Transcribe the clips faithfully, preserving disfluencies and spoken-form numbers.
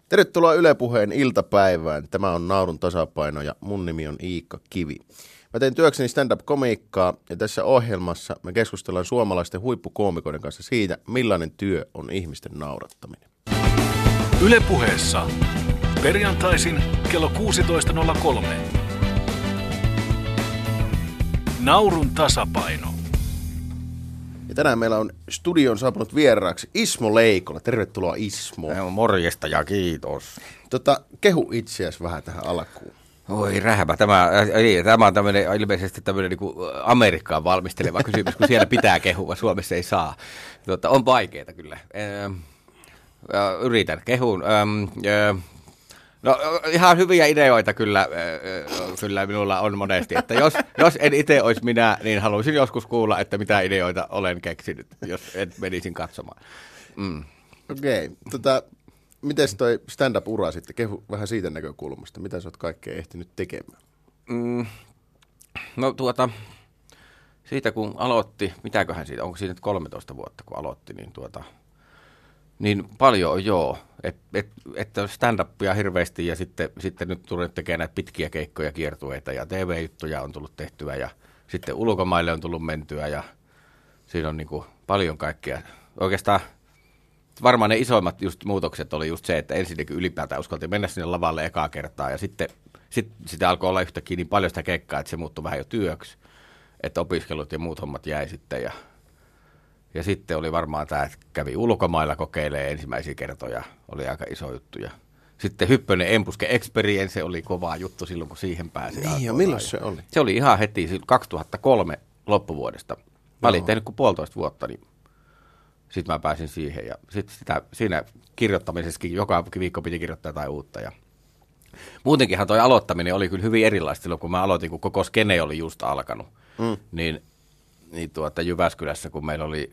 Tervetuloa Yle Puheen iltapäivään. Tämä on Naurun tasapaino ja mun nimi on Iikka Kivi. Mä teen työkseni stand-up-komiikkaa ja tässä ohjelmassa me keskustellaan suomalaisten huippukoomikoiden kanssa siitä, millainen työ on ihmisten naurattaminen. Yle Puheessa perjantaisin kello kuusitoista nolla kolme. Naurun tasapaino. Ja tänään meillä on studion saapunut vieraaksi Ismo Leikola. Tervetuloa Ismo. Morjesta ja kiitos. Tota, kehu itseäsi vähän tähän alkuun. Oi rähmä, tämä, ei, tämä on tämmöinen, ilmeisesti tämmöinen niin kuin Amerikkaan valmisteleva kysymys, kun siellä pitää kehua, Suomessa ei saa. Tota, on vaikeaa kyllä. Yritän kehun. No ihan hyviä ideoita kyllä, kyllä minulla on monesti, että jos, jos en itse olisi minä, niin haluaisin joskus kuulla, että mitä ideoita olen keksinyt, jos en menisin katsomaan. Mm. Okei, okay. tota, miten toi stand-up-ura sitten, kehu vähän siitä näkökulmasta, mitä sä oot kaikkea ehtinyt tekemään? Mm. No tuota, siitä kun aloitti, mitäköhän siitä, onko siinä nyt kolmetoista vuotta kun aloitti, niin tuota... Niin paljon on joo, että et, et stand-upia hirveästi ja sitten, sitten nyt tulee tekemään näitä pitkiä keikkoja, kiertueita ja T V-juttuja on tullut tehtyä ja sitten ulkomaille on tullut mentyä ja siinä on niin kuin paljon kaikkea. Oikeastaan varmaan ne isoimmat just muutokset oli just se, että ensinnäkin ylipäätään uskaltiin mennä sinne lavalle ekaa kertaa ja sitten sit, sitä alkoi olla yhtäkkiä niin paljon sitä keikkaa, että se muuttui vähän jo työksi, että opiskelut ja muut hommat jäi sitten ja Ja sitten oli varmaan tämä, että kävi ulkomailla kokeilemaan ensimmäisiä kertoja, oli aika iso juttu. Ja sitten Hyppönen Empuske Experience oli kova juttu silloin, kun siihen pääsi. Niin, ja milloin se oli? Se oli ihan heti kaksituhattakolme loppuvuodesta. Mä olin tehnyt kuin puolitoista vuotta, niin sitten mä pääsin siihen. Ja sitten sitä, siinä kirjoittamisessakin joka viikko piti kirjoittaa jotain uutta. Ja muutenkinhan toi aloittaminen oli kyllä hyvin erilaista silloin, kun mä aloitin, kun koko skene oli just alkanut. Mm. Niin, niin tuota, Jyväskylässä, kun meillä oli...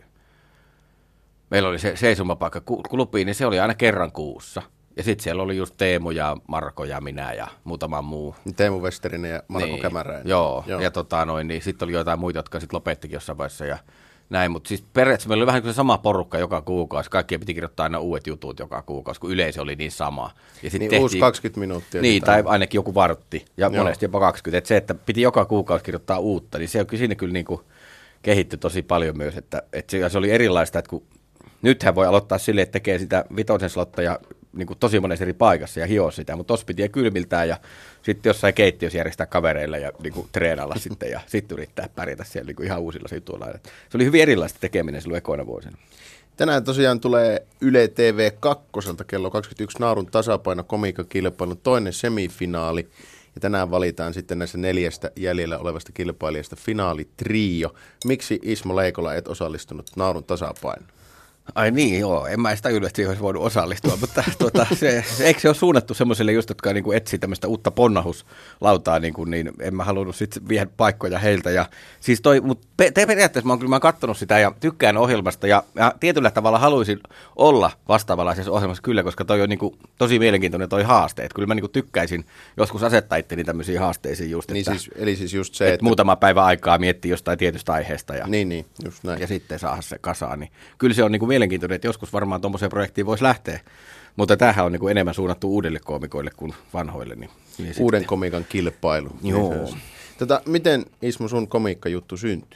Meillä oli se seisomapaikka klubiin, niin se oli aina kerran kuussa. Ja sitten siellä oli just Teemu ja Marko ja minä ja muutama muu. Teemu Westerinen ja Marko niin, Kämäräinen. Joo, joo. Ja tota noin, niin sitten oli jotain muita, jotka sitten lopettikin jossain vaiheessa ja näin. Mutta siis periaatteessa meillä oli vähän niin kuin se sama porukka joka kuukausi. Kaikkien piti kirjoittaa aina uudet jutut joka kuukausi, kun yleisö oli niin sama. Ja niin tehtiin, uusi kaksikymmentä minuuttia. Niin, tai ainakin joku vartti ja joo. Monesti jopa kaksikymmentä. Että se, että piti joka kuukausi kirjoittaa uutta, niin se on siinä kyllä niin kuin kehittyi tosi paljon myös. Että, että se, se oli erilaista, että kun nythän voi aloittaa silleen, että tekee sitä vitosen slotta ja niin kuin tosi monessa eri paikassa ja hioa sitä, mutta tossa piti kylmiltään ja sitten jossain keittiössä järjestää kavereilla ja niin kuin treenalla sitten ja sitten yrittää pärjätä siellä niin kuin ihan uusilla jutuilla. Se oli hyvin erilaista tekeminen silloin ekoina vuosina. Tänään tosiaan tulee Yle T V kaksi kello kaksikymmentäyksi Naurun tasapaino komiikkakilpailun toinen semifinaali. Ja tänään valitaan sitten näissä neljästä jäljellä olevasta kilpailijasta finaalitrio. Miksi Ismo Leikola et osallistunut Naurun tasapainoon? Ai niin, joo. En mä sitä ylvästi olisi voinut osallistua, mutta tuota, se, se, eikö se ole suunnattu semmoiselle just, jotka niin kuin etsii tämmöistä uutta ponnahuslautaa, niin, kuin, niin en mä halunnut sitten viedä paikkoja heiltä. Ja, siis toi, mutta pe- periaatteessa mä oon kyllä mä oon katsonut sitä ja tykkään ohjelmasta ja, ja tietyllä tavalla haluaisin olla vastaavanlaisessa ohjelmassa kyllä, koska toi on niin kuin tosi mielenkiintoinen toi haaste. Että kyllä mä niin kuin tykkäisin joskus asettaa itteni tämmöisiin haasteisiin just, niin että, siis, eli siis just se, että, että muutama päivä aikaa miettiä jostain tietystä aiheesta ja, niin, niin, just näin. ja sitten saada se kasaan. Niin kyllä se on niin kuin mielenkiintoinen, että joskus varmaan tuommoiseen projektiin voisi lähteä, mutta tämähän on niin kuin enemmän suunnattu uudelle koomikoille kuin vanhoille. Niin, niin uuden sitten komiikan kilpailu. Joo. Tätä, miten Ismo sun komiikkajuttu syntyi?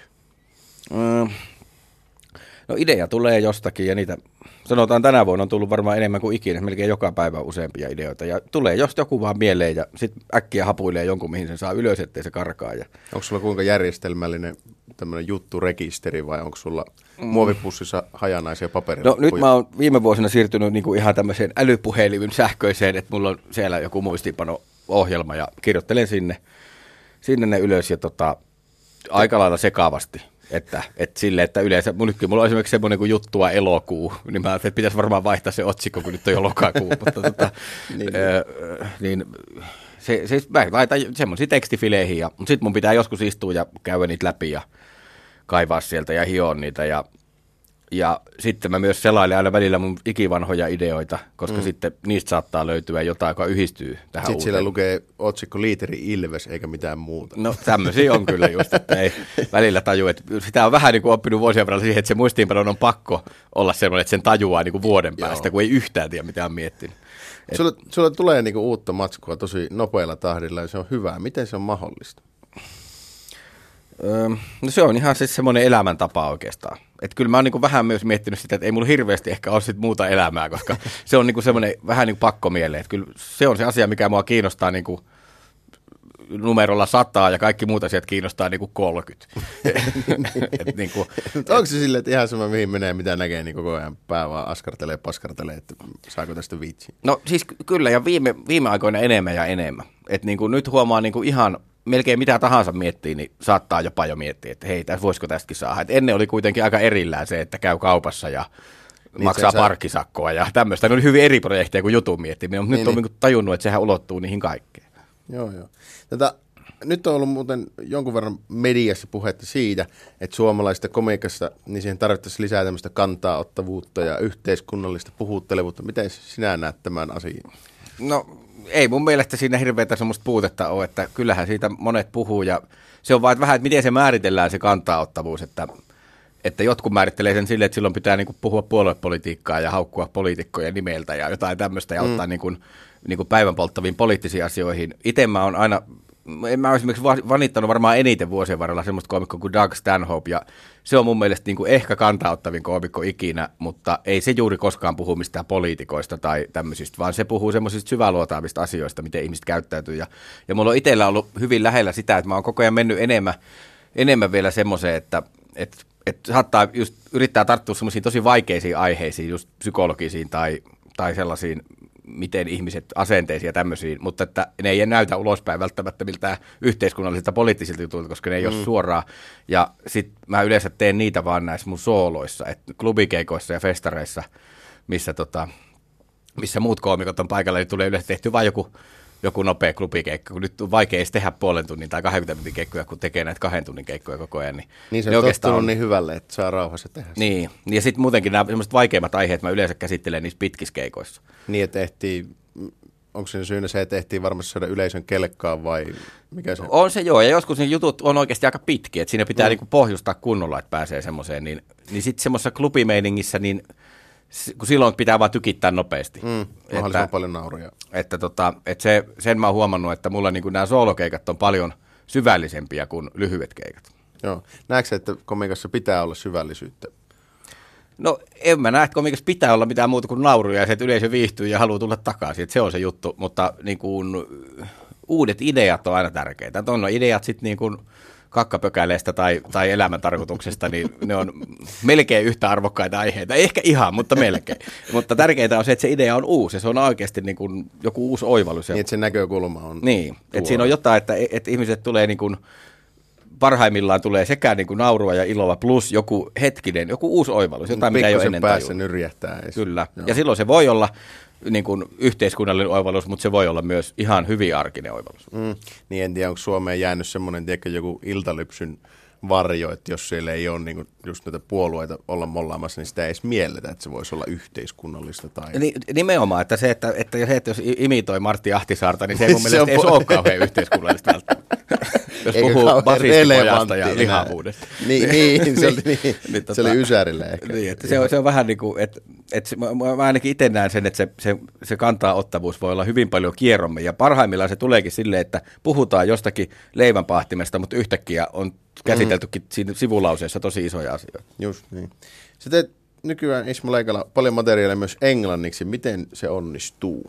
Mm, no idea tulee jostakin ja niitä, sanotaan tänä vuonna on tullut varmaan enemmän kuin ikinä, melkein joka päivä useampia ideoita ja tulee just joku vaan mieleen ja sitten äkkiä hapuilee jonkun, mihin sen saa ylös, ettei se karkaa. Ja... Onko sulla kuinka järjestelmällinen tämmöinen jutturekisteri vai onko sulla mm. muovipussissa hajanaisia paperilla? No nyt mä oon viime vuosina siirtynyt niinku ihan tämmöiseen älypuhelimen sähköiseen, että mulla on siellä joku muistiinpano-ohjelma ja kirjoittelen sinne, sinne ne ylös ja tota, aika lailla sekaavasti. Että, että sille, että yleensä, nytkin mulla on esimerkiksi semmoinen kuin juttua elokuu, niin mä ajattelin, että pitäisi varmaan vaihtaa se otsikko, kun nyt on jo lokakuu, mutta tota, niin, äh, niin se, se, mä laitan semmoisia tekstifileihin, ja, mutta sitten mun pitää joskus istua ja käydä niitä läpi ja kaivaa sieltä ja hioa niitä ja Ja sitten mä myös selailen aina välillä mun ikivanhoja ideoita, koska mm. sitten niistä saattaa löytyä jotain, joka yhdistyy tähän sitten uuteen. Sitten siellä lukee otsikko Liiteri Ilves eikä mitään muuta. No tämmöisiä on kyllä just, että ei välillä tajua. Että sitä on vähän niin kuin oppinut vuosien verran siihen, että se muistiinpanon on pakko olla semmoinen, että sen tajuaa niin kuin vuoden päästä, Joo. kun ei yhtään tiedä, mitä on miettinyt. Sulla, sulla tulee niinku uutta matskua tosi nopealla tahdilla ja se on hyvä. Miten se on mahdollista? Öö, no se on ihan siis semmoinen elämäntapa oikeastaan. Että kyllä mä oon niinku vähän myös miettinyt sitä, että ei mulla hirveästi ehkä ole sit muuta elämää, koska se on niinku semmoinen vähän niinku pakkomieleen. Että kyllä se on se asia, mikä mua kiinnostaa niinku numerolla sataa ja kaikki muut asiat kiinnostaa niinku kolmekymmentä. Et niinku, onko se silleen, että ihan sama mihin menee, mitä näkee, niin koko ajan pää vaan askartelee, paskartelee, että saako tästä viitsiä? No siis kyllä ja viime, viime aikoina enemmän ja enemmän. Että niinku nyt huomaa niinku ihan melkein mitä tahansa miettii, niin saattaa jopa jo miettiä, että hei, täs, voisiko tästäkin saada. Et ennen oli kuitenkin aika erillään se, että käy kaupassa ja niin maksaa parkkisakkoa ja tämmöistä. Ne oli hyvin eri projekteja kuin jutun miettiminen, mutta niin, nyt niin. on tajunnut, että sehän ulottuu niihin kaikkeen. Joo, joo. Tätä, nyt on ollut muuten jonkun verran mediassa puhetta siitä, että suomalaisesta komiikasta, niin siihen tarvittaisiin lisää tämmöistä kantaa-ottavuutta ja yhteiskunnallista puhuttelevuutta. Miten sinä näet tämän asian? No ei mun mielestä siinä hirveätä semmoista puutetta ole, että kyllähän siitä monet puhuu ja se on vaan vähän, että miten se määritellään se kantaa-ottavuus, että, että jotkut määrittelee sen silleen, että silloin pitää niinku puhua puoluepolitiikkaa ja haukkua poliitikkoja nimeltä ja jotain tämmöistä ja mm. ottaa niinku, niinku päivän polttaviin poliittisiin asioihin. Itse mä oon aina, en mä ole esimerkiksi vanittanut varmaan eniten vuosien varrella semmoista koomikkoa kuin Doug Stanhope ja se on mun mielestä niinku ehkä kantaa-ottavin koomikko ikinä, mutta ei se juuri koskaan puhu mistään poliitikoista tai tämmöisistä, vaan se puhuu semmoisista syväluotaavista asioista, miten ihmiset käyttäytyy. Ja, ja mulla on itsellä ollut hyvin lähellä sitä, että mä oon koko ajan mennyt enemmän, enemmän vielä semmoiseen, että et, et saattaa just yrittää tarttua semmoisiin tosi vaikeisiin aiheisiin, just psykologisiin tai, tai sellaisiin, miten ihmiset asenteisiin ja tämmöisiin, mutta että ne ei näytä ulospäin välttämättä miltään yhteiskunnallisilta poliittisilta jutuilta, koska ne ei mm. ole suoraan. Ja sit mä yleensä teen niitä vaan näissä mun sooloissa, että klubikeikoissa ja festareissa, missä, tota, missä muut koomikot on paikalla, niin tulee yleensä tehty vain joku, joku nopea klubikeikka, kun nyt on vaikea edes tehdä puolen tunnin tai kaksikymmentä minuutin keikkoja, kun tekee näitä kahden tunnin keikkoja koko ajan. Niin, niin se on tottunut on niin hyvälle, että saa rauhassa tehdä sitä. Niin, ja sitten muutenkin nämä semmoiset vaikeimmat aiheet mä yleensä käsittelen niissä pitkissä keikoissa. Niin, että tehtiin, onko sen syynä se, että tehtiin varmasti saada yleisön kelkkaan vai mikä se on? On se joo, ja joskus ne jutut on oikeasti aika pitkiä, että siinä pitää mm. niinku pohjustaa kunnolla, että pääsee semmoiseen, niin, niin sitten semmoisessa klubimeiningissä, niin kun silloin pitää vaan tykittää nopeasti. Mm, mahdollisimman paljon nauruja. Että tota, että se, sen mä oon huomannut, että mulla niinku nämä soolokeikat on paljon syvällisempiä kuin lyhyet keikat. Joo. Näetkö, että komikassa pitää olla syvällisyyttä? No en mä näe, että komikassa pitää olla mitään muuta kuin nauruja ja se, että yleisö viihtyy ja haluaa tulla takaisin. Että se on se juttu, mutta niin kuin, uudet ideat on aina tärkeitä. Että on no ideat sitten niin kuin kakkapökäleestä tai, tai elämäntarkoituksesta, niin ne on melkein yhtä arvokkaita aiheita. Ei ehkä ihan, mutta melkein. Mutta tärkeintä on se, että se idea on uusi ja se on oikeasti niin kuin joku uusi oivallus. Niin, että se näkökulma on. Niin, että siinä on jotain, että, että ihmiset tulee niin kuin, parhaimmillaan tulee sekä niin kuin naurua ja iloa plus joku hetkinen, joku uusi oivallus, jotain mitä ei ole ennen päässä nyrjähtää. Edes. Kyllä, joo. Ja silloin se voi olla niin kuin yhteiskunnallinen oivallus, mutta se voi olla myös ihan hyvin arkinen oivallus. Mm. Niin en tiedä, onko Suomeen jäänyt semmoinen, tiedätkö, joku iltalypsyn varjo, että jos siellä ei ole niin kuin just näitä puolueita olla mollaamassa, niin sitä ei edes mielletä, että se voisi olla yhteiskunnallista. Tai... Nimenomaan, että se, että, että, että jos imitoi Martti Ahtisaarta, niin se ei mun mielestä edes ole kauhean yhteiskunnallista välttämättä. Jos eikä puhuu basistipojasta ja lihavuudesta. Niin, niin, se oli, niin, niin, se oli Ysärille ehkä. Niin, että se, on, se on vähän niin kuin, että, että mä, mä ainakin itse näen sen, että se, se, se kantaa-ottavuus voi olla hyvin paljon kierrommin. Ja parhaimmillaan se tuleekin silleen, että puhutaan jostakin leivänpahtimesta, mutta yhtäkkiä on käsiteltykin mm. siinä sivulauseessa tosi isoja asioita. Just niin. Sä teet nykyään Ismo Leikalla paljon materiaalia myös englanniksi. Miten se onnistuu?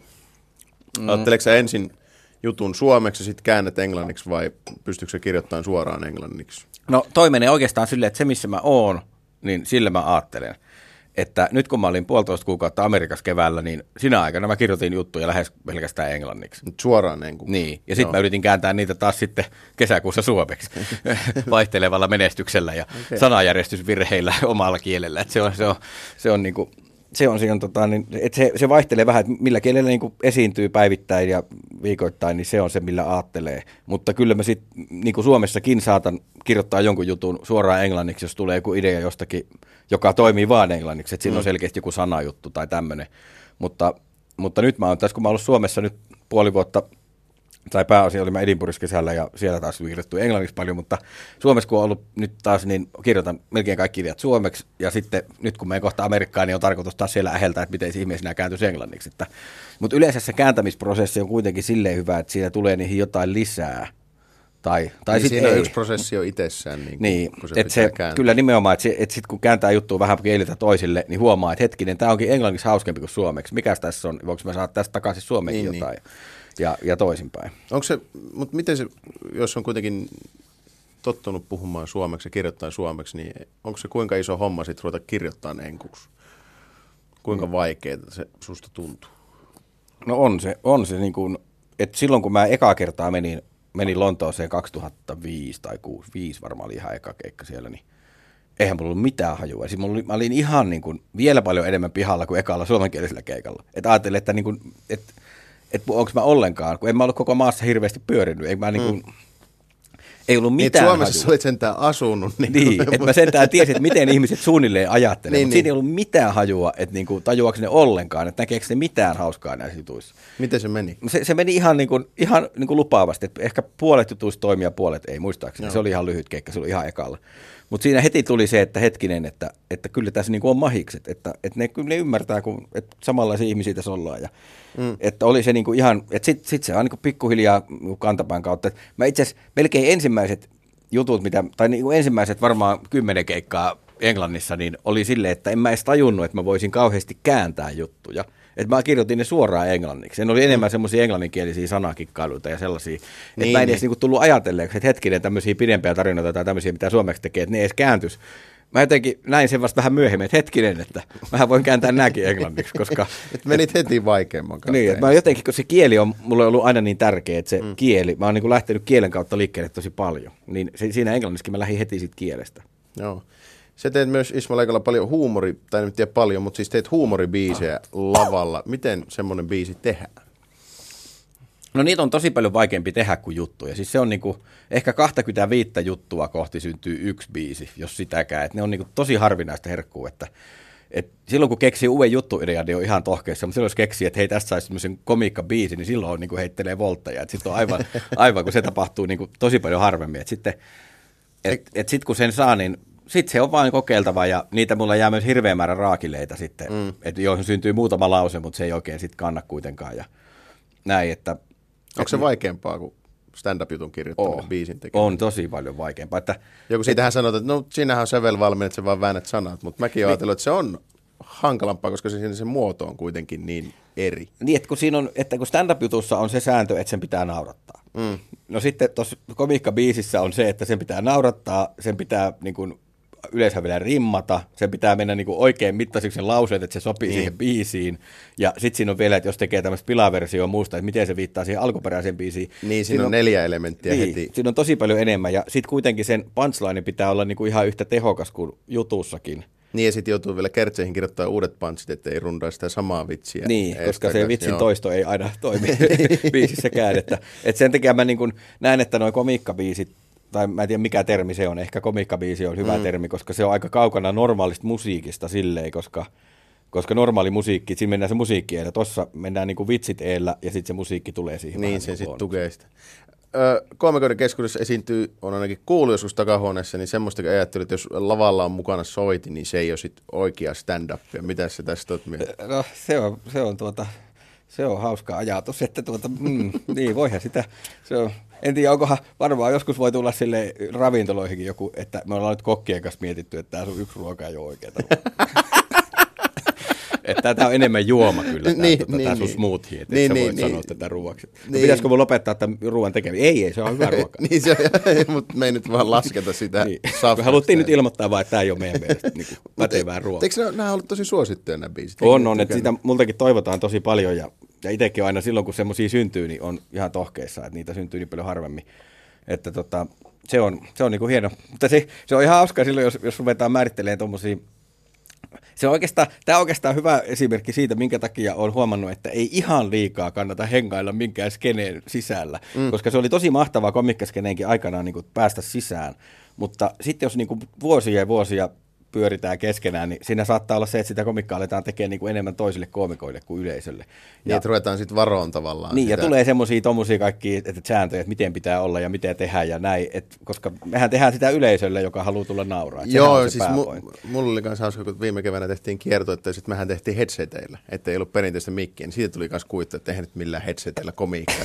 Mm. Ajatteleeko sä ensin jutun suomeksi ja sitten käännät englanniksi vai pystyykö sä kirjoittamaan suoraan englanniksi? No toi menee oikeastaan silleen, että se missä mä oon, niin sillä mä ajattelen. Että nyt kun mä olin puolitoista kuukautta Amerikassa keväällä, niin sinä aikana mä kirjoitin juttuja lähes pelkästään englanniksi. Suoraan englanniksi? Niin, ja sitten mä yritin kääntää niitä taas sitten kesäkuussa suomeksi vaihtelevalla menestyksellä ja okay. sanajärjestysvirheillä omalla kielellä. Että se on, se on, se on niinku... Se, on, se, on, tota, niin, että se, se vaihtelee vähän, että millä kielellä niin kuin esiintyy päivittäin ja viikoittain, niin se on se, millä aattelee. Mutta kyllä mä sitten niin kuin Suomessakin saatan kirjoittaa jonkun jutun suoraan englanniksi, jos tulee joku idea jostakin, joka toimii vaan englanniksi, että siinä mm. on selkeästi joku sanajuttu tai tämmöinen. Mutta, mutta nyt mä oon tässä, kun mä oon ollut Suomessa nyt puoli vuotta, tai pääosin olimme Edinburghissa kesällä ja siellä taas kirjoittu englanniksi paljon, mutta Suomessa kun on ollut nyt taas, niin kirjoitan melkein kaikki kirjat suomeksi, ja sitten nyt kun menen kohta Amerikkaan, niin on tarkoitus taas siellä äheltää, että miten se ihmeessä nämä kääntyisi englanniksi. Että, mutta yleensä se kääntämisprosessi on kuitenkin silleen hyvä, että siinä tulee niihin jotain lisää. Tai, tai niin siinä ei. on yksi prosessi on itsessään, niin, niin kun se että se, kyllä nimenomaan, että, että sitten kun kääntää juttua vähän kieliltä toisille, niin huomaa, että hetkinen, tämä onkin englanniksi hauskempi kuin suomeksi. Mikäs tässä on? Voinko mä saada tästä takaisin suomeksi niin, jotain? Niin. Ja, ja toisinpäin. Onko se, mutta miten se, jos on kuitenkin tottunut puhumaan suomeksi ja kirjoittaa suomeksi, niin onko se kuinka iso homma sitten ruveta kirjoittaa enkuksi? Kuinka mm. vaikeaa se susta tuntuu? No on se, on se niin kuin, että silloin kun mä ekaa kertaa menin, menin Lontooseen kaksituhattaviisi tai kuusi varmaan oli ihan eka keikka siellä, niin eihän mulla ollut mitään hajua. Siis mulla oli, mä olin ihan niin kuin vielä paljon enemmän pihalla kuin ekalla suomenkielisellä keikalla. Että ajattelin, että niin kuin, että että onko mä ollenkaan, kun en mä ollut koko maassa hirveästi pyörinyt, ei, mä niin kuin, mm. ei ollut mitään niin, Suomessa hajua. Sä olit sentään asunut. Niin, niin että mä sentään tiesin, että miten ihmiset suunnilleen ajattelee, niin, mutta niin. siinä ei ollut mitään hajua, että niin kuin, tajuaako ne ollenkaan, että näkeekö ne mitään hauskaa näissä jutuissa. Miten se meni? Se, se meni ihan, niin kuin, ihan niin kuin lupaavasti, että ehkä puolet jutuista toimia, puolet ei, muistaakseni. No. Se oli ihan lyhyt keikka, se oli ihan ekalla. Mutta siinä heti tuli se, että hetkinen, että, että kyllä tässä niin kuin on mahikset, että, että ne, ne ymmärtää, kun, että samanlaisia ihmisiä tässä ollaan. Ja, mm. Että oli se niin kuin ihan, että sitten sit se on niin kuin pikkuhiljaa kantapään kautta. Että mä itse asiassa melkein ensimmäiset jutut, mitä, tai niin kuin ensimmäiset varmaan kymmenen keikkaa Englannissa, niin oli silleen, että en mä edes tajunnut, että mä voisin kauheasti kääntää juttuja. Että mä kirjoitin ne suoraan englanniksi. Ne oli enemmän mm. semmoisia englanninkielisiä sanakikkailuita ja sellaisia. Niin, että mä en edes niin. Niin tullut ajatelleeksi, että hetkinen tämmöisiä pidempiä tarinoita tai tämmöisiä, mitä suomeksi tekee, että ne edes kääntyisi. Mä jotenkin näin sen vasta vähän myöhemmin, että hetkinen, että mähän voin kääntää nämäkin englanniksi, koska... että menit heti vaikeamman kautta. Niin, että mä jotenkin, kun se kieli on mulle ollut aina niin tärkeä, että se mm. kieli, mä oon niin kuin lähtenyt kielen kautta liikkeelle tosi paljon, niin se, siinä englannissakin mä lähdin heti siitä kielestä. Joo. Sä teet myös Ismail Aikala paljon huumori, tai en tiedä paljon, mutta siis teet huumoribiisejä lavalla. Miten semmoinen biisi tehdään? No niitä on tosi paljon vaikeampi tehdä kuin juttuja. Siis se on niinku, ehkä kaksikymmentäviisi juttua kohti syntyy yksi biisi, jos sitäkään. Et ne on niinku tosi harvinaista herkkua, että et silloin kun keksii uuden juttuidean, niin on ihan tohkeissa, mutta silloin jos keksii, että hei tässä saisi semmoisen komiikka-biisi, niin silloin on niinku heittelee voltteja. Sitten on aivan, aivan, kun se tapahtuu niinku tosi paljon harvemmin. Et sitten, et, et sit kun sen saa, niin sitten se on vain kokeiltava ja niitä mulla jää myös hirveä määrä raakileita sitten, mm. että joihin syntyy muutama lause, mutta se ei oikein sitten kanna kuitenkaan ja näin, että... Onko se vaikeampaa kuin stand-up-jutun kirjoittaminen, on, biisin tekeminen? On tosi paljon vaikeampaa. Että, Joku siitähän et, sanoo, että no siinähän on sävel valmiin, että sä vaan väännät sanat, mutta mäkin olen ajatellut, että se on hankalampaa, koska se, se muoto on kuitenkin niin eri. Niin, että kun, siinä on, että kun stand-up-jutussa on se sääntö, että sen pitää naurattaa. Mm. No sitten tuossa komiikka-biisissä on se, että sen pitää naurattaa, sen pitää niin kuin, yleensä vielä rimmata, sen pitää mennä niin kuin oikein mittaisiksi sen lauseet, että se sopii niin. siihen biisiin. Ja sitten siinä on vielä, että jos tekee tämmöistä pilaversioa muusta, että miten se viittaa siihen alkuperäiseen biisiin. Niin, siinä, siinä on neljä elementtiä niin, heti. Siinä on tosi paljon enemmän, ja sitten kuitenkin sen punchline pitää olla niin kuin ihan yhtä tehokas kuin jutussakin. Niin, ja sitten joutuu vielä kertseihin kirjoittaa uudet punchit, ettei rundaa sitä samaa vitsiä. Niin, koska se vitsin joo. toisto ei aina toimi biisissäkään. Että, että sen takia mä niin kuin näen, että nuo komiikkabiisit, tai mä en tiedä mikä termi se on, ehkä komiikkabiisi on hyvä mm. termi, koska se on aika kaukana normaalista musiikista silleen, koska, koska normaali musiikki, siinä mennään se musiikki eellä, tuossa mennään niin kuin vitsit eellä ja sitten se musiikki tulee siihen. Niin, se sitten tukee sitä. Koomikoiden keskuudessa esiintyy, on ainakin kuullut joskus takahuoneessa, niin semmoistakin ajattelin, että jos lavalla on mukana soiti, niin se ei ole sitten oikea stand-upia. Mitä sä tästä oot mieltä? No se on, se on tuota... Se on hauska ajatus, että tuota, mm, niin voihan sitä, se on, en tiedä onkohan, varmaan joskus voi tulla sille ravintoloihinkin joku, että me ollaan nyt kokkien kanssa mietitty, että tämä sun yksi ruoka ei ole oikeaa. Että tämä on enemmän juoma kyllä, tämä, niin, tuota, niin, tämä sun niin. smoothie, että niin, sä voit niin, sanoa niin. tätä ruoaksi. Niin. Pitäisikö mun lopettaa tämän ruoan tekeminen? Ei, ei, se on hyvä ruoka. niin se on, mutta me ei nyt vaan lasketa sitä. Niin. Me haluttiin nyt ilmoittaa vaan, että tämä ei ole meidän mielestä niin pätevää ruokaa. Eikö nämä ollut tosi suosittuja nämä biisit? On, on, että sitä multakin toivotaan tosi paljon ja, ja itsekin on aina silloin, kun semmoisia syntyy, niin on ihan tohkeissa, että niitä syntyy niin paljon harvemmin. Että tota, se on, se on niin kuin hieno. Mutta se, se on ihan hauskaa silloin, jos, jos ruvetaan määrittelemään tuommoisia. Se on oikeastaan, tämä on oikeastaan hyvä esimerkki siitä, minkä takia olen huomannut, että ei ihan liikaa kannata hengailla minkään skeneen sisällä, mm. koska se oli tosi mahtavaa komikkaskeneenkin aikanaan niin kuin päästä sisään, mutta sitten jos niin kuin vuosia ja vuosia pyöritään keskenään, niin siinä saattaa olla se, että sitä komikkaa aletaan tekemään niin kuin enemmän toisille koomikoille kuin yleisölle. Niin, että ruvetaan sitten varoon tavallaan. Niin, sitä. Ja tulee semmoisia tommosia kaikki että sääntöjä, että miten pitää olla ja miten tehdään ja näin, että, koska mehän tehdään sitä yleisölle, joka haluaa tulla nauraa. Joo, siis mu- mulla oli myös hauska, kun viime keväänä tehtiin kierto, että sitten mehän tehtiin headseteillä, että ei ollut perinteistä mikkiä, niin siitä tuli myös kuittu, että eihän nyt millään headseteillä komiikkaa.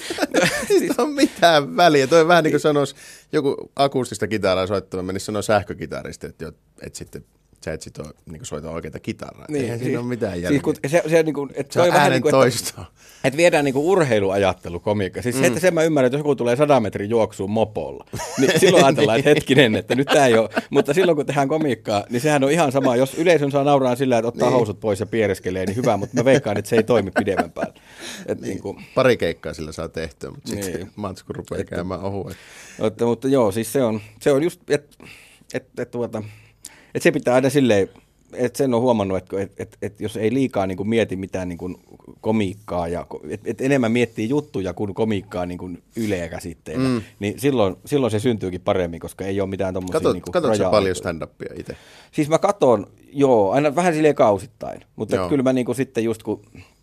Siis on mitään väliä. Toi vähän niin kuin sanoisi joku akustista kitaraa soittava, menisi sanoa sähkökitarista, että, että sitten sä et sit ole, niin soita oikeita kitaraa. Niin, eihän siinä siis, ole mitään järkeä. Siis, kun se, se, niin kuin, että se on äänen niin toistoa. Että, että viedään niin kuin urheiluajattelu komiikka. Siis mm. se, että sen mä ymmärrän, että jos joku tulee sadan metrin juoksuun mopolla, niin silloin ajatellaan, että hetkinen, että nyt tämä ei ole. Mutta silloin kun tehdään komiikkaa, niin sehän on ihan sama. Jos yleisön saa nauraa sillä, että ottaa niin. housut pois ja piereskelee, niin hyvä, mutta mä veikkaan, että se ei toimi pidemmän päälle. Et niin. Niin kuin, pari keikkaa sillä saa tehtyä, mutta niin. sitten matsku rupeaa että, käymään ohueen. Mutta, mutta joo, siis se on, se on just, että et, et, tuota, et se pitää aina silleen, että sen on huomannut, että et, et, et jos ei liikaa niin kuin mieti mitään niin kuin komiikkaa, ja et, et enemmän miettii juttuja kuin komiikkaa niin kuin yleä käsitteellä, mm. niin silloin, silloin se syntyykin paremmin, koska ei ole mitään tommosia Katot, niin kuin Katsotko rajaa. sä paljon stand-upia itse? Siis mä katon, joo, aina vähän silleen kausittain, mutta joo. Kyllä mä niin kuin sitten just kun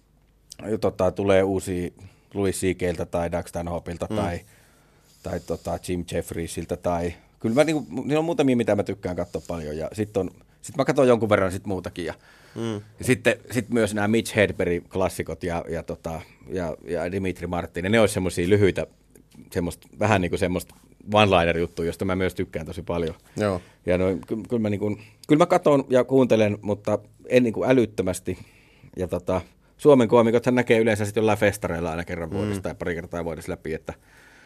tota, tulee uusia Louis C K:ltä tai Doug Stanhopeilta mm. tai, tai tota Jim Jeffriesiltä tai kyllä mä niinku, niillä on muutamia, mitä mä tykkään katsoa paljon ja sitten on Sitten mä katson jonkun verran sit muutakin. Ja, mm. ja sitten sit myös nämä Mitch Hedbergin klassikot ja, ja, tota, ja, ja Dimitri Martin. Ne olisi semmoisia lyhyitä, semmoista, vähän niin kuin semmoista one-liner-juttuja, josta mä myös tykkään tosi paljon. Joo. Ja no, ky- kyllä mä, niin kyl mä katon ja kuuntelen, mutta en niin kuin älyttömästi. Ja tota, Suomen koomikothan näkee yleensä sitten jollain festareilla aina kerran vuodessa mm. tai pari kertaa vuodessa läpi, että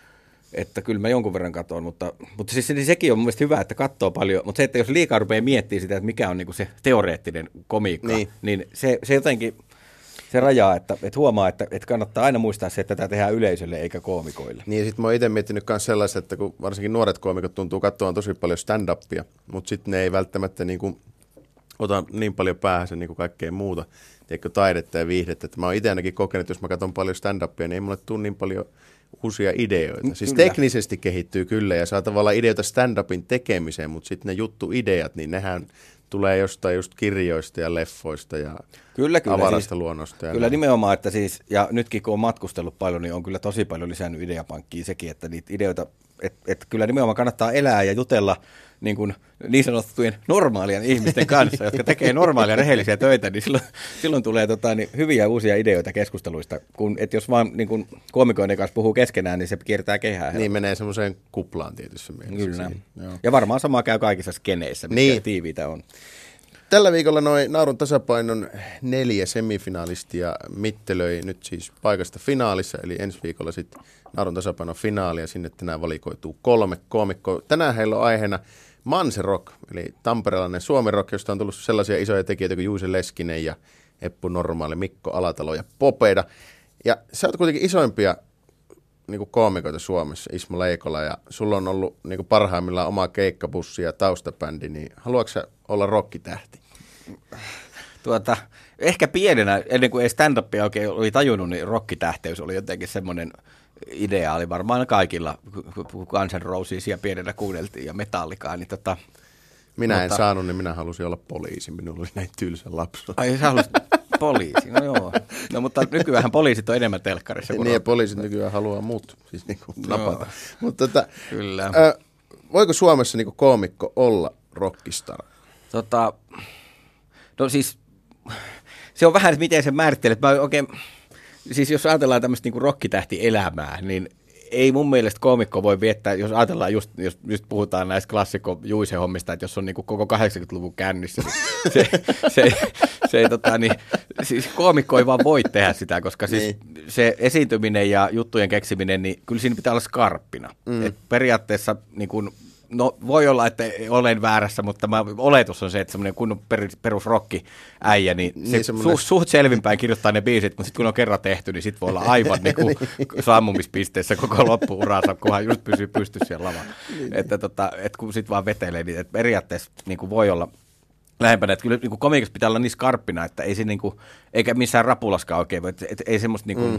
Että kyllä mä jonkun verran katon, mutta, mutta siis niin sekin on mun mielestä hyvä, että katsoo paljon, mutta se, että jos liikaa rupeaa miettimään sitä, että mikä on niinku se teoreettinen komiikka, niin, niin se, se jotenkin se rajaa, että, että huomaa, että, että kannattaa aina muistaa se, että tätä tehdään yleisölle eikä koomikoille. Niin ja sitten mä oon itse miettinyt myös sellaista, että kun varsinkin nuoret koomikot tuntuu katsomaan tosi paljon stand-upia, mutta sitten ne ei välttämättä niinku ota niin paljon päähänsä niinku kaikkea muuta, tiedätkö, taidetta ja viihdettä. Että mä oon itse ainakin kokenut, että jos mä katson paljon stand-upia, niin ei mulle tule niin paljon uusia ideoita. Siis kyllä. Teknisesti kehittyy kyllä ja saa tavallaan ideoita stand-upin tekemiseen, mutta sitten ne juttuideat, niin nehän tulee jostain just kirjoista ja leffoista ja kyllä, kyllä, avarasta siis, luonnosta. Ja kyllä näin. Nimenomaan, että siis, ja nytkin kun on matkustellut paljon, niin on kyllä tosi paljon lisännyt ideapankkiin sekin, että niitä ideoita, että et kyllä nimenomaan kannattaa elää ja jutella niin, kuin niin sanottujen normaalien ihmisten kanssa, jotka tekee normaalia rehellisiä töitä, niin silloin, silloin tulee tota, niin hyviä uusia ideoita keskusteluista, kun et jos vaan niin kuin koomikoiden kanssa puhuu keskenään, niin se kiertää kehää. Niin menee semmoiseen kuplaan tietyssä mielessä. Kyllä. Ja varmaan sama käy kaikissa skeneissä, mitkä niin tiiviitä on. Tällä viikolla noin Naurun tasapainon neljä semifinalistia mittelöi nyt siis paikasta finaalissa, eli ensi viikolla sitten Naurun tasapainon finaali, ja sinne tänään valikoituu kolme koomikkoa. Tänään heillä on aiheena Manserock, eli tamperelainen suomirock, josta on tullut sellaisia isoja tekijöitä kuin Juuse Leskinen ja Eppu Normaali, Mikko Alatalo ja Popeda. Ja sä oot kuitenkin isoimpia niin kuin koomikoita Suomessa, Ismo Leikola, ja sulla on ollut niin kuin parhaimmillaan oma keikkabussi ja taustabändi, niin haluatko sä olla rockitähti? Tuota, ehkä pienenä, ennen kuin ei stand-upia oikein oli tajunnut, niin rockitähteys oli jotenkin semmoinen ideaali varmaan kaikilla, kun Guns N' Rosesia pienenä kuunneltiin ja Metallicaa, niin tota, minä mutta en saanut, niin minä halusin olla poliisi, minulla oli näin tylsä lapsu. Ai sä haluaisit poliisi, no joo. No mutta nykyään poliisit on enemmän telkkarissa. Niin ja poliisit nykyään haluaa mut, siis niin kuin napata. Mutta tota, kyllä. Ö, voiko Suomessa niin kuin koomikko olla rockistar? Tota, no siis se on vähän, että miten se määrittelet. Mä oikein, siis jos ajatellaan tämmöistä niin kuin rockitähti-elämää, niin ei mun mielestä koomikko voi viettää, jos ajatellaan just, jos just puhutaan näistä klassikko Juise-hommista, että jos on niin kuin koko kahdeksankymmentäluvun kännissä, niin se, se, se ei tota, niin, siis koomikko ei vaan voi tehdä sitä, koska siis niin. Se esiintyminen ja juttujen keksiminen, niin kyllä siinä pitää olla skarppina. Mm. Et periaatteessa niin kuin, no voi olla, että olen väärässä, mutta tämä oletus on se, että semmoinen kunnon per, perusrokki-äijä, niin, niin se semmoinen su, suht selvinpäin kirjoittaa ne biisit, mutta sitten kun on kerran tehty, niin sitten voi olla aivan niin kuin sammumispisteessä koko loppu-uransa, kunhan just pysyy pystyssä siellä lavalla. Että tota, et kun sitten vaan vetelee, niin et periaatteessa niin kuin voi olla lähempänä, että kyllä niin komiikassa pitää olla niin skarppina, että ei se niin kuin, eikä missään rapulaskaan oikein, että et, ei semmoista niin kuin, mm.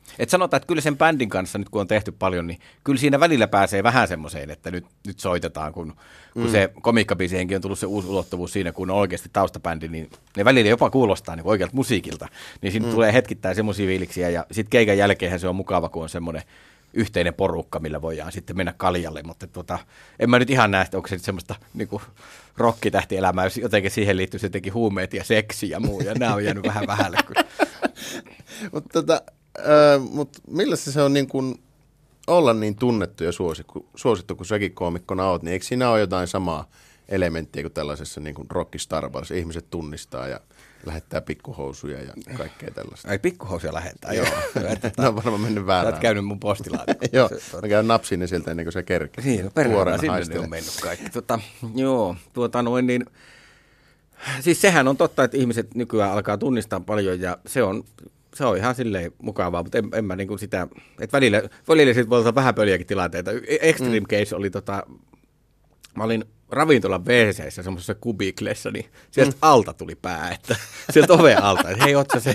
Et sanotaan, että kyllä sen bändin kanssa, nyt kun on tehty paljon, niin kyllä siinä välillä pääsee vähän semmoiseen, että nyt, nyt soitetaan, kun, kun mm. se komiikkabiisihenki on tullut se uusi ulottuvuus siinä, kun on oikeasti taustabändi, niin ne välillä jopa kuulostaa niin oikealta musiikilta. Niin siinä mm. tulee hetkittäin semmoisia fiiliksiä, ja sitten keikan jälkeenhän se on mukava, kun on semmoinen yhteinen porukka, millä voidaan sitten mennä kaljalle, mutta tuota, en mä nyt ihan näe, onko se nyt semmoista niin rokkitähtielämää, jos jotenkin siihen liittyy jotenkin huumeet ja seksi ja muu, ja nämä on jäänyt vähän vähälle. Mutta tota, äh, mut millä se on niin kuin olla niin tunnettu ja suosittu, suosittu kun säkin koomikkona oot, niin eikö siinä ole jotain samaa elementtiä kuin tällaisessa niin kuin rockistarbarissa? Ihmiset tunnistaa ja lähettää pikkuhousuja ja kaikkea tällaista. Ai pikkuhousuja lähettää, joo. Ne on varmaan mennyt väärään. Sä oot käynyt mun postilaatikon. Joo, mä käyn napsiin ne sieltä ennen kuin se kerkee. Niin, no perhana sinne ne on mennyt kaikki. Tota, joo, tuota noin niin, siis sehän on totta, että ihmiset nykyään alkaa tunnistaa paljon ja se on, se on ihan silleen mukavaa, mutta en, en mä niin kuin sitä, että välillä, välillä siitä voi olla vähän pöliäkin tilanteita. Extreme mm. case oli tota, mä olin ravintolan wc -ssä semmoisessa kubiklessa, niin sieltä mm. alta tuli pää, että sieltä oveen alta, että hei, oot sä se?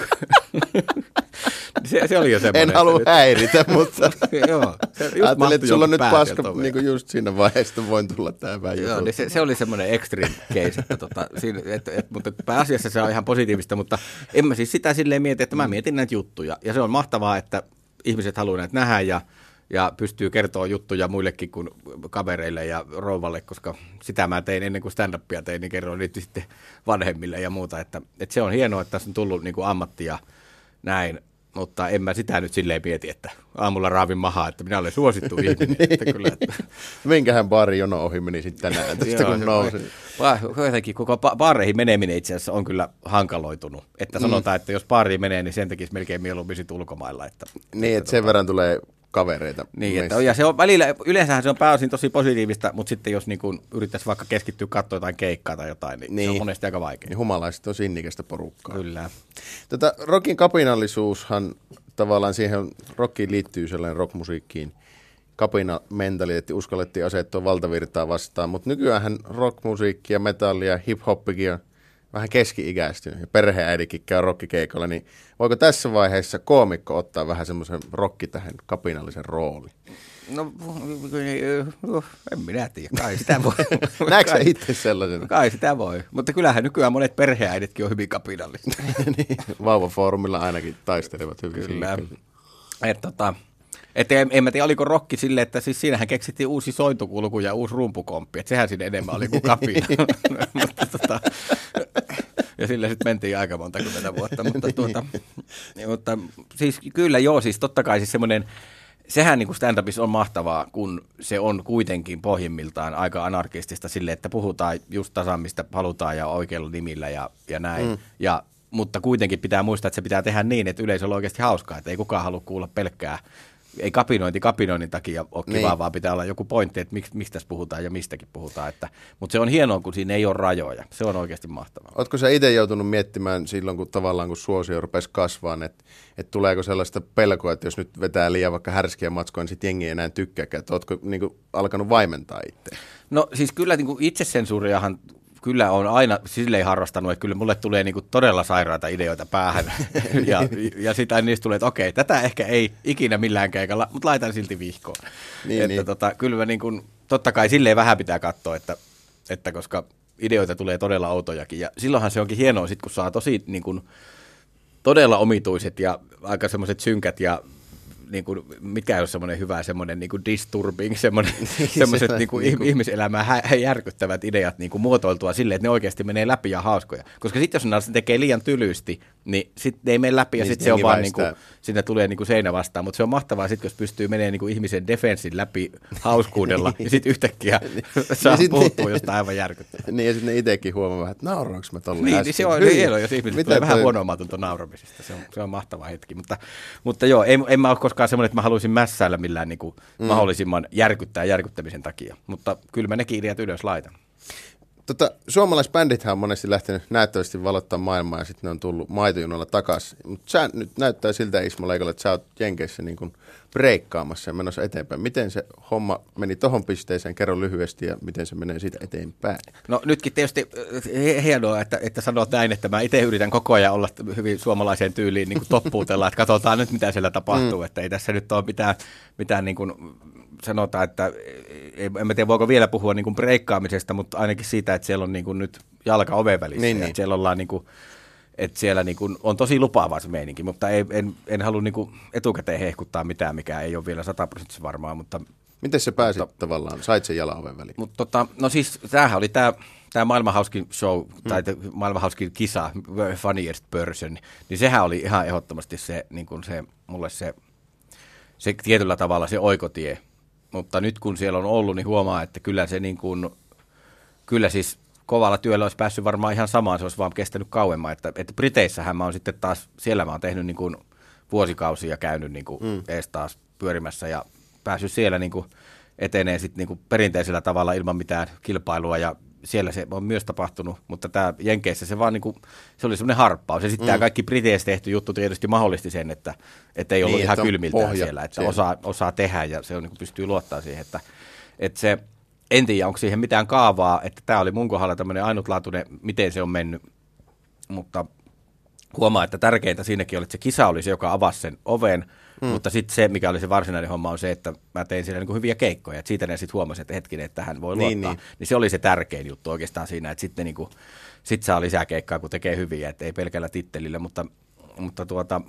se, se oli jo semmoinen. En halua häiritä, mutta joo, se just ajattelin, että sulla on nyt paska niin kuin just siinä vaiheessa, voin tulla tähän vähän joo, niin se, se oli semmoinen extreme case, että tota, siinä, et, et, mutta pääasiassa se on ihan positiivista, mutta en mä siis sitä silleen mieti, että mä mietin näitä juttuja, ja se on mahtavaa, että ihmiset haluaa näitä nähdä, ja Ja pystyy kertoa juttuja muillekin kuin kavereille ja rouvalle, koska sitä mä tein ennen kuin stand-upia tein, niin kerroin niitä sitten vanhemmille ja muuta. Että, että se on hienoa, että tässä on tullut niin kuin ammatti ja näin, mutta en mä sitä nyt silleen mieti, että aamulla raavin mahaa, että minä olen suosittu ihminen. Että kyllä, että minkähän baarin jono ohi meni sitten tänään tästä, kun nousi. Jotenkin koko baareihin meneminen itse asiassa on kyllä hankaloitunut. Että sanotaan, mm. että jos baariin menee, niin sen tekisi melkein mieluummin sit ulkomailla. Että, niin, että sen verran tulee kavereita. Niin, että, ja se on välillä, yleensähän se on pääosin tosi positiivista, mutta sitten jos niin yrittäisi vaikka keskittyä katsoa jotain keikkaa tai jotain, niin, niin se on monesti aika vaikea. Niin humalaiset on sinnikästä porukkaa. Kyllä. Tätä rockin kapinallisuushan tavallaan siihen rockiin liittyy sellainen rockmusiikkiin. Kapinamentaliteetti uskallettiin asettua valtavirtaa vastaan, mutta nykyäänhän rockmusiikki ja metalli ja hip-hoppikin on vähän keski-ikäistynyt ja perheäidikin käy rockikeikolla, niin voiko tässä vaiheessa koomikko ottaa vähän semmoisen rockitähen kapinallisen roolin? No, en minä tiedä. Kai sitä voi. Näetkö sä itse sellaisen? Kai sitä voi. Mutta kyllähän nykyään monet perheäiditkin on hyvin kapinallisia. niin, vauvafoorumilla ainakin taistelevat hyvin. Kyllä. Että tota, et en, en mä tiedä, oliko rokki silleen, että siis siinähän keksittiin uusi sointukulku ja uusi rumpukomppi. Että sehän siinä enemmän oli kuin kapina. Mutta tota, ja sillä sitten mentiin aika monta kymmentä vuotta. Mutta, tuota, mutta siis kyllä joo, siis totta kai siis semmoinen, sehän niin kuin stand-upissa on mahtavaa, kun se on kuitenkin pohjimmiltaan aika anarkistista silleen, että puhutaan just tasan, mistä halutaan ja oikealla nimillä ja, ja näin. Mm. Ja, mutta kuitenkin pitää muistaa, että se pitää tehdä niin, että yleisö on oikeasti hauskaa, että ei kukaan halua kuulla pelkkää. Ei kapinointi kapinoinnin takia ole kivaa, niin. Vaan pitää olla joku pointti, että miksi, miksi tässä puhutaan ja mistäkin puhutaan. Että, mutta se on hienoa, kun siinä ei ole rajoja. Se on oikeasti mahtavaa. Ootko sä itse joutunut miettimään silloin, kun tavallaan kun suosio rupesi kasvaan, että, että tuleeko sellaista pelkoa, että jos nyt vetää liian vaikka härskiä matskoa, niin sitten jengi ei enää tykkääkään. Että ootko niin kuin, alkanut vaimentaa itse? No siis kyllä niin kuin itsesensuuriahan kyllä on aina silleen harrastanut, että kyllä mulle tulee niinku todella sairaita ideoita päähän ja, ja sitä niistä tulee, että okei, tätä ehkä ei ikinä millään keikalla, mutta laitan silti vihkoon. Niin, että niin. Tota, kyllä mä niinku, totta kai silleen vähän pitää katsoa, että, että koska ideoita tulee todella outojakin ja silloinhan se onkin hienoa sit, kun saa tosi niinku, todella omituiset ja aika semmoiset synkät ja niin kuin, mikä ei ole semmoinen hyvä, semmoinen niin kuin disturbing, semmoinen, semmoiset niin kuin niin ihmiselämää hä- järkyttävät ideat niin kuin muotoiltua silleen, että ne oikeasti menee läpi ja hauskoja. Koska sitten jos ne tekee liian tylysti, niin sitten ne ei mene läpi ja niin sitten se on vaan, niin kuin, sinne tulee niin kuin seinä vastaan. Mutta se on mahtavaa sitten, jos pystyy menemään niin kuin ihmisen defenssin läpi hauskuudella, niin sitten yhtäkkiä saa niin puhuttua ne, jostain aivan järkyttävää. Niin ja sitten ne itsekin huomaa vähän, että nauraanko mä tolleen niin, äsken? Niin se on hienoa, jos ihmiset tulee vähän huonomatunto nauramisesta. Se on, se on mahtava hetki. Mutta, mutta joo, en, en mä ole koskaan semmoinen, että mä haluaisin mässäillä millään niin kuin mm. mahdollisimman järkyttää järkyttämisen takia. Mutta kyllä mä nekin ideat ylös laitan. Tota, suomalaisbändithän on monesti lähtenyt näyttävästi valottaa maailmaa ja sitten ne on tullut maitojunalla takaisin. Mutta sä nyt näyttää siltä, Ismo Leikola, että sä oot Jenkeissä niin kuin breikkaamassa ja menossa eteenpäin. Miten se homma meni tohon pisteeseen? Kerro lyhyesti ja miten se menee siitä eteenpäin. No nytkin tietysti hienoa, että, että sanot näin, että mä itse yritän koko ajan olla hyvin suomalaiseen tyyliin niin kuin toppuutella, että katsotaan nyt mitä siellä tapahtuu, mm. että ei tässä nyt ole mitään, mitään niin kuin sanotaan, että en mä tiedä voiko vielä puhua niin kuin breikkaamisesta, mutta ainakin siitä, että siellä on niin kuin nyt jalka oven välissä niin, ja niin. Siellä ollaan niin kuin, että siellä niin kuin on tosi lupaava se meininki, mutta ei, en, en halua niin kuin etukäteen hehkuttaa mitään, mikä ei ole vielä sataprosenttisesti varmaa, mutta miten se pääsit mutta, tavallaan? Sait sen jalan oven väliin? Mutta tota, no siis tämähän oli tämä tämä maailman hauskin show, tai hmm. maailman hauskin kisa, Funniest Person, niin sehän oli ihan ehdottomasti se, niin kuin se mulle se, se tietyllä tavalla se oikotie. Mutta nyt kun siellä on ollut, niin huomaa, että kyllä se niin kuin, kyllä siis kovalla työllä olisi päässyt varmaan ihan samaan, se olisi vaan kestänyt kauemmin. Että, että Briteissähän mä oon sitten taas, siellä mä oon tehnyt niin kuin vuosikausia käynyt niin kuin mm. ees taas pyörimässä ja päässyt siellä niin kuin etenee sitten niin kuin perinteisellä tavalla ilman mitään kilpailua ja siellä se on myös tapahtunut, mutta tämä Jenkeissä se vaan niin kuin, se oli semmoinen harppaus. Ja sitten mm. tämä kaikki Briteissä tehty juttu tietysti mahdollisti sen, että, että ei ollut niin, ihan kylmiltään siellä, että siellä. Osaa, osaa tehdä ja se on, niin kuin pystyy luottaa siihen, että, että se, en tiedä onko siihen mitään kaavaa, että tämä oli mun kohdalla tämmöinen ainutlaatuinen, miten se on mennyt, mutta huomaa, että tärkeintä siinäkin oli, että se kisa oli se, joka avasi sen oven, hmm. mutta sitten se, mikä oli se varsinainen homma, on se, että mä tein siellä niin hyviä keikkoja, että siitä ne sitten huomasi, että hetkinen, että tähän voi luottaa. Niin, niin. niin se oli se tärkein juttu oikeastaan siinä, että sitten niin kuin, sit saa lisää keikkaa, kun tekee hyviä, että ei pelkällä tittelillä, mutta, mutta tuota,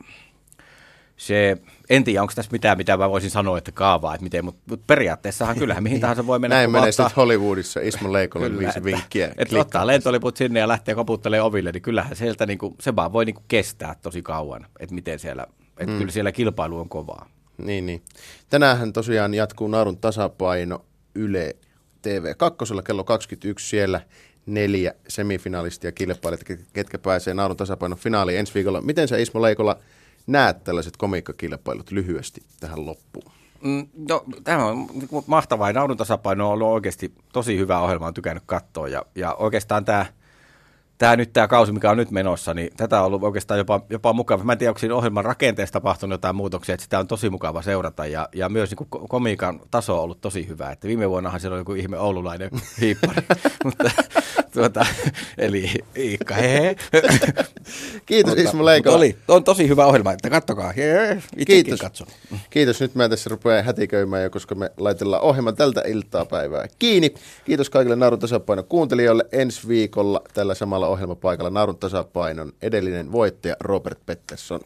se, en tiedä, onko tässä mitään, mitä mä voisin sanoa, että kaavaa, että miten, mutta, mutta periaatteessahan kyllähän mihin tahansa voi mennä. Näin menee sitten Hollywoodissa, Ismo Leikolle viisi vinkkiä. Että ottaa lentoliput sinne ja lähtee koputtelemaan oville, niin kyllähän sieltä niinku, se vaan voi niinku kestää tosi kauan, että miten siellä, että mm. kyllä siellä kilpailu on kovaa. Niin, niin. Tänäänhän tosiaan jatkuu Naurun tasapaino Yle T V kaksi kello kaksikymmentäyksi siellä neljä semifinalistia kilpailijat, ketkä pääsee Naurun tasapainon finaaliin ensi viikolla. Miten sä, Ismo Leikola, näet tällaiset komiikkakilpailut lyhyesti tähän loppuun? Mm, no, tämä on mahtavaa. Naurun tasapaino on ollut oikeasti tosi hyvä ohjelma, on tykännyt katsoa. Ja, ja oikeastaan tämä, tämä nyt tämä kausi, mikä on nyt menossa, niin tätä on ollut oikeastaan jopa, jopa mukava. Mä en tiedä, onko siinä ohjelman rakenteessa tapahtunut jotain muutoksia, että sitä on tosi mukava seurata. Ja, ja myös niin kuin komiikan taso on ollut tosi hyvä. Että viime vuonnahan siellä oli joku ihme oululainen hiippari. Mutta tuota, eli Iikka, hehe. Kiitos Ismo Leikola. Oli, on tosi hyvä ohjelma, että kattokaa. Itsekin katson. Kiitos, nyt mä tässä rupean hätiköimään jo, koska me laitellaan ohjelman tältä iltaa päivää kiinni. Kiitos kaikille Naurun tasapainon kuuntelijoille. Ensi viikolla tällä samalla ohjelmapaikalla Naurun tasapainon edellinen voittaja Robert Pettersson.